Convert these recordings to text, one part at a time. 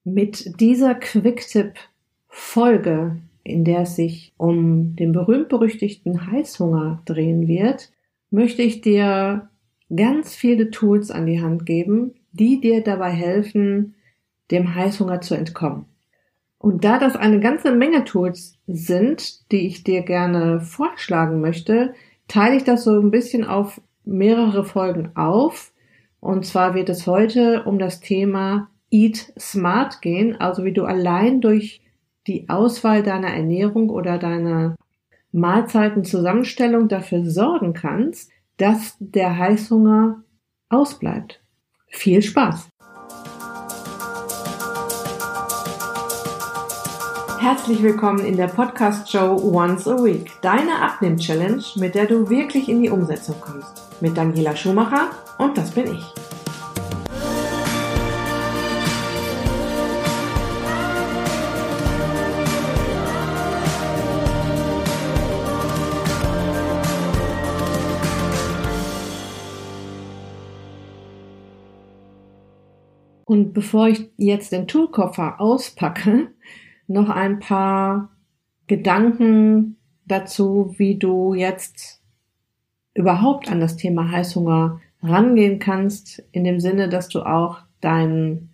Mit dieser Quick-Tipp-Folge, in der es sich um den berühmt-berüchtigten Heißhunger drehen wird, möchte ich dir ganz viele Tools an die Hand geben, die dir dabei helfen, dem Heißhunger zu entkommen. Und da das eine ganze Menge Tools sind, die ich dir gerne vorschlagen möchte, teile ich das so ein bisschen auf mehrere Folgen auf. Und zwar wird es heute um das Thema Eat Smart gehen, also wie du allein durch die Auswahl deiner Ernährung oder deiner Mahlzeitenzusammenstellung dafür sorgen kannst, dass der Heißhunger ausbleibt. Viel Spaß! Herzlich willkommen in der Podcast-Show Once a Week, deine Abnehm-Challenge, mit der du wirklich in die Umsetzung kommst. Mit Daniela Schumacher und das bin ich. Und bevor ich jetzt den Toolkoffer auspacke, noch ein paar Gedanken dazu, wie du jetzt überhaupt an das Thema Heißhunger rangehen kannst, in dem Sinne, dass du auch deine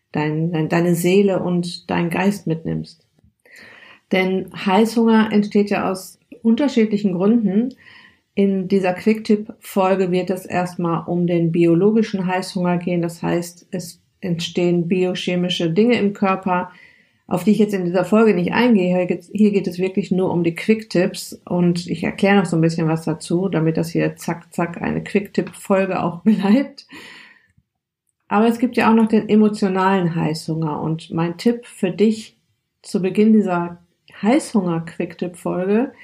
Seele und deinen Geist mitnimmst. Denn Heißhunger entsteht ja aus unterschiedlichen Gründen. In dieser Quick-Tipp-Folge wird es erstmal um den biologischen Heißhunger gehen. Das heißt, es entstehen biochemische Dinge im Körper, auf die ich jetzt in dieser Folge nicht eingehe. Hier geht es wirklich nur um die Quick-Tipps und ich erkläre noch so ein bisschen was dazu, damit das hier zack, zack eine Quick-Tipp-Folge auch bleibt. Aber es gibt ja auch noch den emotionalen Heißhunger und mein Tipp für dich zu Beginn dieser Heißhunger-Quick-Tipp-Folge: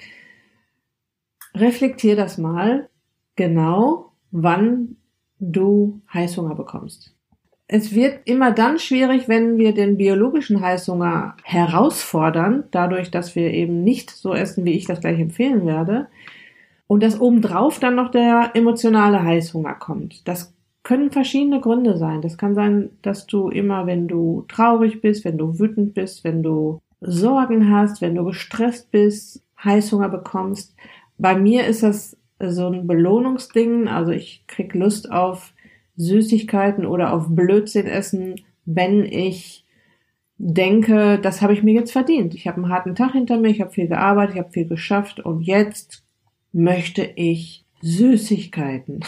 Reflektier das mal genau, wann du Heißhunger bekommst. Es wird immer dann schwierig, wenn wir den biologischen Heißhunger herausfordern, dadurch, dass wir eben nicht so essen, wie ich das gleich empfehlen werde, und dass obendrauf dann noch der emotionale Heißhunger kommt. Das können verschiedene Gründe sein. Das kann sein, dass du immer, wenn du traurig bist, wenn du wütend bist, wenn du Sorgen hast, wenn du gestresst bist, Heißhunger bekommst. Bei mir ist das so ein Belohnungsding, also ich krieg Lust auf Süßigkeiten oder auf Blödsinn essen, wenn ich denke, das habe ich mir jetzt verdient. Ich habe einen harten Tag hinter mir, ich habe viel gearbeitet, ich habe viel geschafft und jetzt möchte ich Süßigkeiten.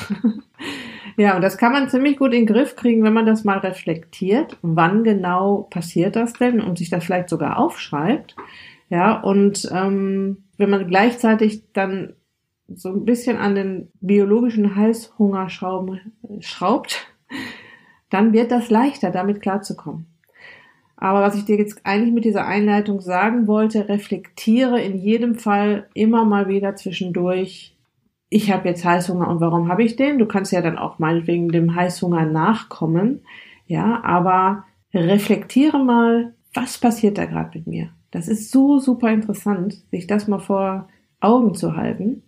Ja, und das kann man ziemlich gut in den Griff kriegen, wenn man das mal reflektiert. Wann genau passiert das denn und sich das vielleicht sogar aufschreibt. Ja, und wenn man gleichzeitig dann so ein bisschen an den biologischen Heißhunger schraubt, dann wird das leichter, damit klarzukommen. Aber was ich dir jetzt eigentlich mit dieser Einleitung sagen wollte: reflektiere in jedem Fall immer mal wieder zwischendurch, ich habe jetzt Heißhunger und warum habe ich den? Du kannst ja dann auch meinetwegen dem Heißhunger nachkommen, ja, aber reflektiere mal, was passiert da gerade mit mir? Das ist so super interessant, sich das mal vor Augen zu halten.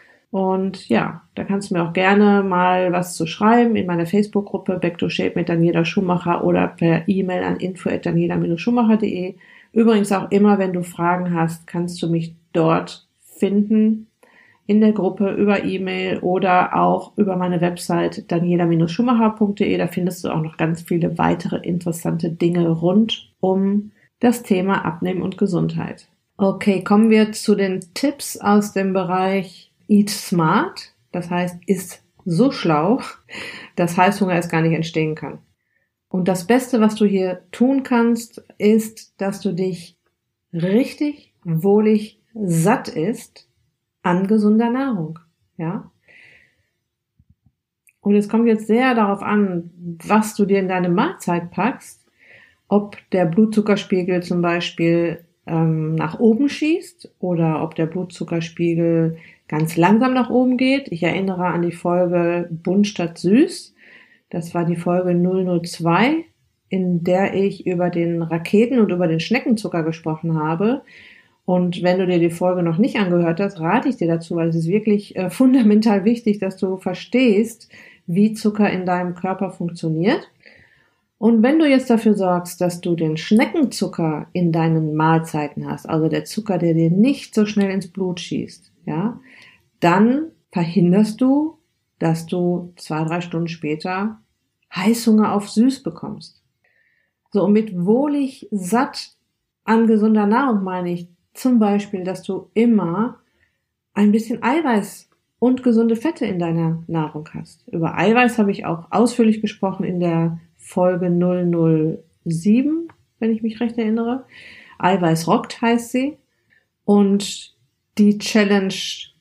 Und ja, da kannst du mir auch gerne mal was zu schreiben in meiner Facebook-Gruppe Back to Shape mit Daniela Schumacher oder per E-Mail an info@daniela-schumacher.de. Übrigens auch immer, wenn du Fragen hast, kannst du mich dort finden in der Gruppe über E-Mail oder auch über meine Website daniela-schumacher.de. Da findest du auch noch ganz viele weitere interessante Dinge rund um das Thema Abnehmen und Gesundheit. Okay, kommen wir zu den Tipps aus dem Bereich Eat Smart, das heißt, iss so schlau, dass Heißhunger erst gar nicht entstehen kann. Und das Beste, was du hier tun kannst, ist, dass du dich richtig wohlig satt isst an gesunder Nahrung, ja. Und es kommt jetzt sehr darauf an, was du dir in deine Mahlzeit packst, ob der Blutzuckerspiegel zum Beispiel nach oben schießt oder ob der Blutzuckerspiegel ganz langsam nach oben geht. Ich erinnere an die Folge Bunt statt Süß. Das war die Folge 002, in der ich über den Raketen- und über den Schneckenzucker gesprochen habe. Und wenn du dir die Folge noch nicht angehört hast, rate ich dir dazu, weil es ist wirklich fundamental wichtig, dass du verstehst, wie Zucker in deinem Körper funktioniert. Und wenn du jetzt dafür sorgst, dass du den Schneckenzucker in deinen Mahlzeiten hast, also der Zucker, der dir nicht so schnell ins Blut schießt, ja, dann verhinderst du, dass du 2-3 Stunden später Heißhunger auf süß bekommst. So, und mit wohlig satt an gesunder Nahrung meine ich zum Beispiel, dass du immer ein bisschen Eiweiß und gesunde Fette in deiner Nahrung hast. Über Eiweiß habe ich auch ausführlich gesprochen in der Folge 007, wenn ich mich recht erinnere. Eiweiß rockt heißt sie. Und die Challenge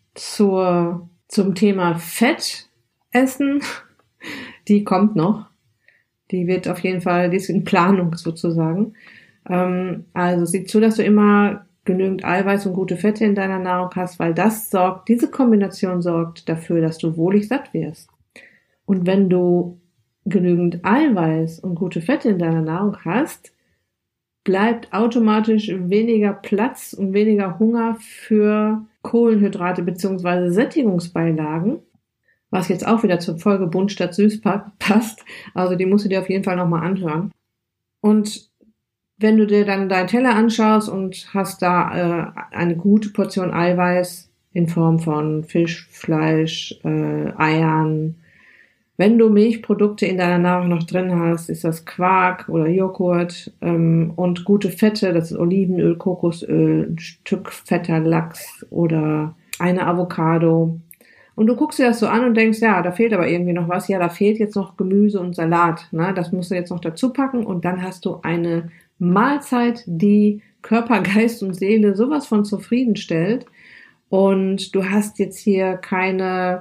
zum Thema Fett essen, die kommt noch. Die wird auf jeden Fall, die ist in Planung sozusagen. Also sieh zu, dass du immer genügend Eiweiß und gute Fette in deiner Nahrung hast, weil diese Kombination sorgt dafür, dass du wohlig satt wirst. Und wenn du genügend Eiweiß und gute Fette in deiner Nahrung hast, bleibt automatisch weniger Platz und weniger Hunger für Kohlenhydrate bzw. Sättigungsbeilagen, was jetzt auch wieder zur Folge bunt statt süß passt. Also die musst du dir auf jeden Fall nochmal anhören. Und wenn du dir dann deinen Teller anschaust und hast da eine gute Portion Eiweiß in Form von Fisch, Fleisch, Eiern, wenn du Milchprodukte in deiner Nahrung noch drin hast, ist das Quark oder Joghurt und gute Fette, das ist Olivenöl, Kokosöl, ein Stück fetter Lachs oder eine Avocado. Und du guckst dir das so an und denkst, ja, da fehlt aber irgendwie noch was. Ja, da fehlt jetzt noch Gemüse und Salat. Ne? Das musst du jetzt noch dazu packen und dann hast du eine Mahlzeit, die Körper, Geist und Seele sowas von zufriedenstellt. Und du hast jetzt hier keine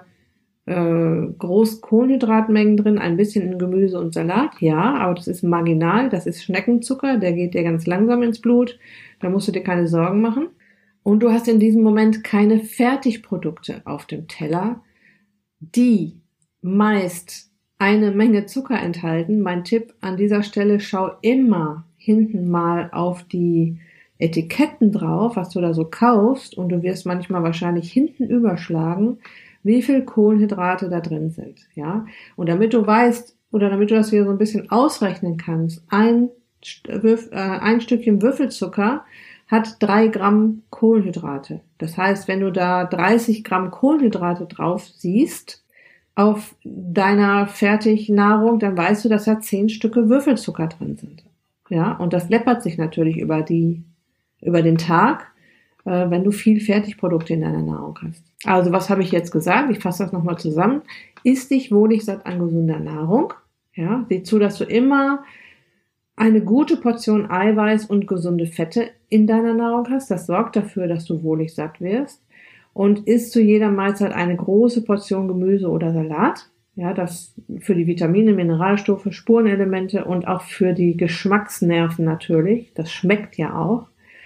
groß Kohlenhydratmengen drin, ein bisschen in Gemüse und Salat, ja, aber das ist marginal, das ist Schneckenzucker, der geht dir ganz langsam ins Blut, da musst du dir keine Sorgen machen. Und du hast in diesem Moment keine Fertigprodukte auf dem Teller, die meist eine Menge Zucker enthalten. Mein Tipp an dieser Stelle, schau immer hinten mal auf die Etiketten drauf, was du da so kaufst, und du wirst manchmal wahrscheinlich hinten überschlagen, wie viel Kohlenhydrate da drin sind, ja. Und damit du weißt, oder damit du das wieder so ein bisschen ausrechnen kannst, ein Stückchen Würfelzucker hat 3 Gramm Kohlenhydrate. Das heißt, wenn du da 30 Gramm Kohlenhydrate drauf siehst, auf deiner Fertignahrung, dann weißt du, dass da 10 Stücke Würfelzucker drin sind. Ja, und das läppert sich natürlich über den Tag, wenn du viel Fertigprodukte in deiner Nahrung hast. Also was habe ich jetzt gesagt? Ich fasse das nochmal zusammen. Iss dich wohlig satt an gesunder Nahrung. Ja, sieh zu, dass du immer eine gute Portion Eiweiß und gesunde Fette in deiner Nahrung hast. Das sorgt dafür, dass du wohlig satt wirst. Und isst zu jeder Mahlzeit eine große Portion Gemüse oder Salat. Ja, das für die Vitamine, Mineralstoffe, Spurenelemente und auch für die Geschmacksnerven natürlich. Das schmeckt ja auch.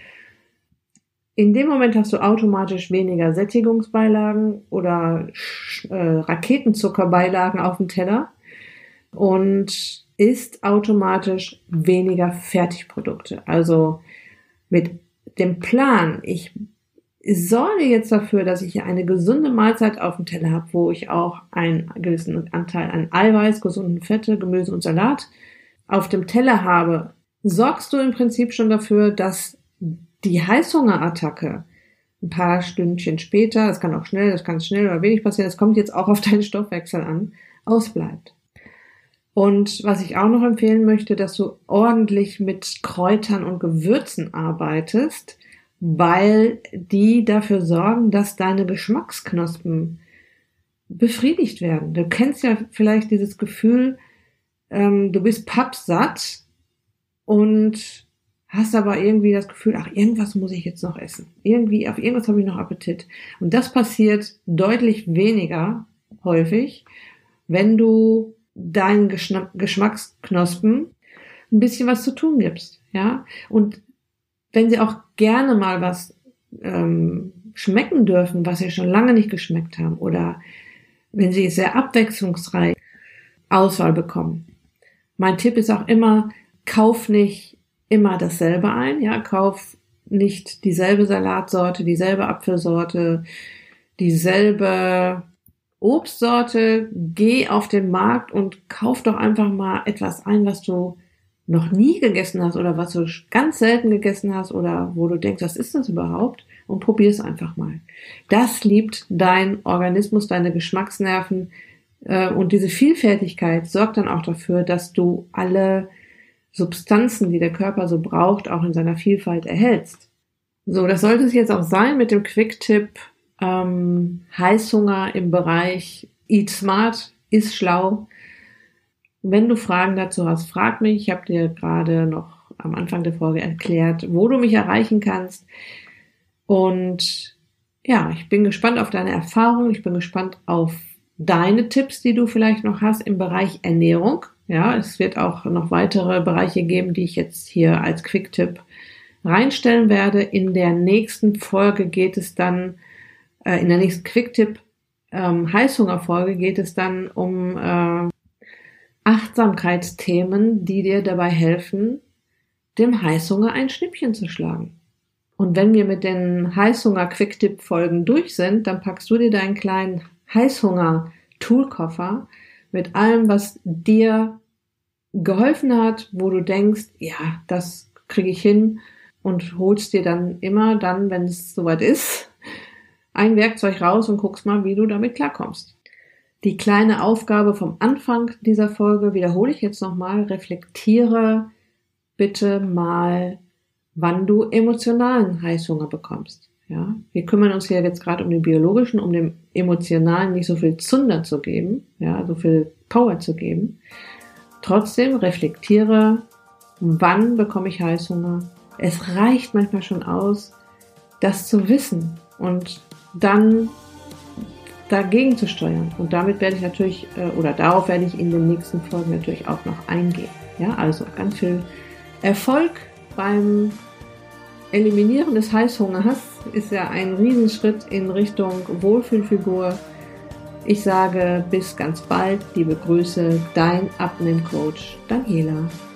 In dem Moment hast du automatisch weniger Sättigungsbeilagen oder Raketenzuckerbeilagen auf dem Teller und isst automatisch weniger Fertigprodukte. Also mit dem Plan, ich sorge jetzt dafür, dass ich hier eine gesunde Mahlzeit auf dem Teller habe, wo ich auch einen gewissen Anteil an Eiweiß, gesunden Fette, Gemüse und Salat auf dem Teller habe, sorgst du im Prinzip schon dafür, dass die Heißhungerattacke ein paar Stündchen später, das kann auch schnell, das kann schnell oder wenig passieren, das kommt jetzt auch auf deinen Stoffwechsel an, ausbleibt. Und was ich auch noch empfehlen möchte, dass du ordentlich mit Kräutern und Gewürzen arbeitest, weil die dafür sorgen, dass deine Geschmacksknospen befriedigt werden. Du kennst ja vielleicht dieses Gefühl, du bist pappsatt und hast aber irgendwie das Gefühl, ach, irgendwas muss ich jetzt noch essen. Auf irgendwas habe ich noch Appetit. Und das passiert deutlich weniger häufig, wenn du deinen Geschmacksknospen ein bisschen was zu tun gibst, ja. Und wenn sie auch gerne mal was schmecken dürfen, was sie schon lange nicht geschmeckt haben, oder wenn sie sehr abwechslungsreich Auswahl bekommen. Mein Tipp ist auch immer, kauf nicht immer dasselbe ein, ja, kauf nicht dieselbe Salatsorte, dieselbe Apfelsorte, dieselbe Obstsorte, geh auf den Markt und kauf doch einfach mal etwas ein, was du noch nie gegessen hast oder was du ganz selten gegessen hast oder wo du denkst, was ist das überhaupt? Und probier es einfach mal. Das liebt dein Organismus, deine Geschmacksnerven, und diese Vielfältigkeit sorgt dann auch dafür, dass du alle Substanzen, die der Körper so braucht, auch in seiner Vielfalt erhältst. So, das sollte es jetzt auch sein mit dem Quick-Tipp Heißhunger im Bereich Eat Smart, iss schlau. Wenn du Fragen dazu hast, frag mich. Ich habe dir gerade noch am Anfang der Folge erklärt, wo du mich erreichen kannst. Und ja, ich bin gespannt auf deine Erfahrungen. Ich bin gespannt auf deine Tipps, die du vielleicht noch hast im Bereich Ernährung. Ja, es wird auch noch weitere Bereiche geben, die ich jetzt hier als Quick-Tipp reinstellen werde. In der nächsten Folge geht es dann, in der nächsten Quick-Tipp Heißhungerfolge geht es dann um Achtsamkeitsthemen, die dir dabei helfen, dem Heißhunger ein Schnippchen zu schlagen. Und wenn wir mit den Heißhunger-Quick-Tipp-Folgen durch sind, dann packst du dir deinen kleinen Heißhunger-Toolkoffer mit allem, was dir geholfen hat, wo du denkst, ja, das kriege ich hin, und holst dir dann immer dann, wenn es soweit ist, ein Werkzeug raus und guckst mal, wie du damit klarkommst. Die kleine Aufgabe vom Anfang dieser Folge wiederhole ich jetzt nochmal. Reflektiere bitte mal, wann du emotionalen Heißhunger bekommst. Ja, wir kümmern uns hier jetzt gerade um den biologischen, um dem emotionalen nicht so viel Zunder zu geben, ja, so viel Power zu geben. Trotzdem reflektiere, wann bekomme ich Heißhunger. Es reicht manchmal schon aus, das zu wissen und dann dagegen zu steuern. Und damit werde ich natürlich, oder darauf werde ich in den nächsten Folgen natürlich auch noch eingehen. Ja, also ganz viel Erfolg beim Eliminieren des Heißhungers ist ja ein Riesenschritt in Richtung Wohlfühlfigur. Ich sage bis ganz bald, liebe Grüße, dein Abnehmcoach Daniela.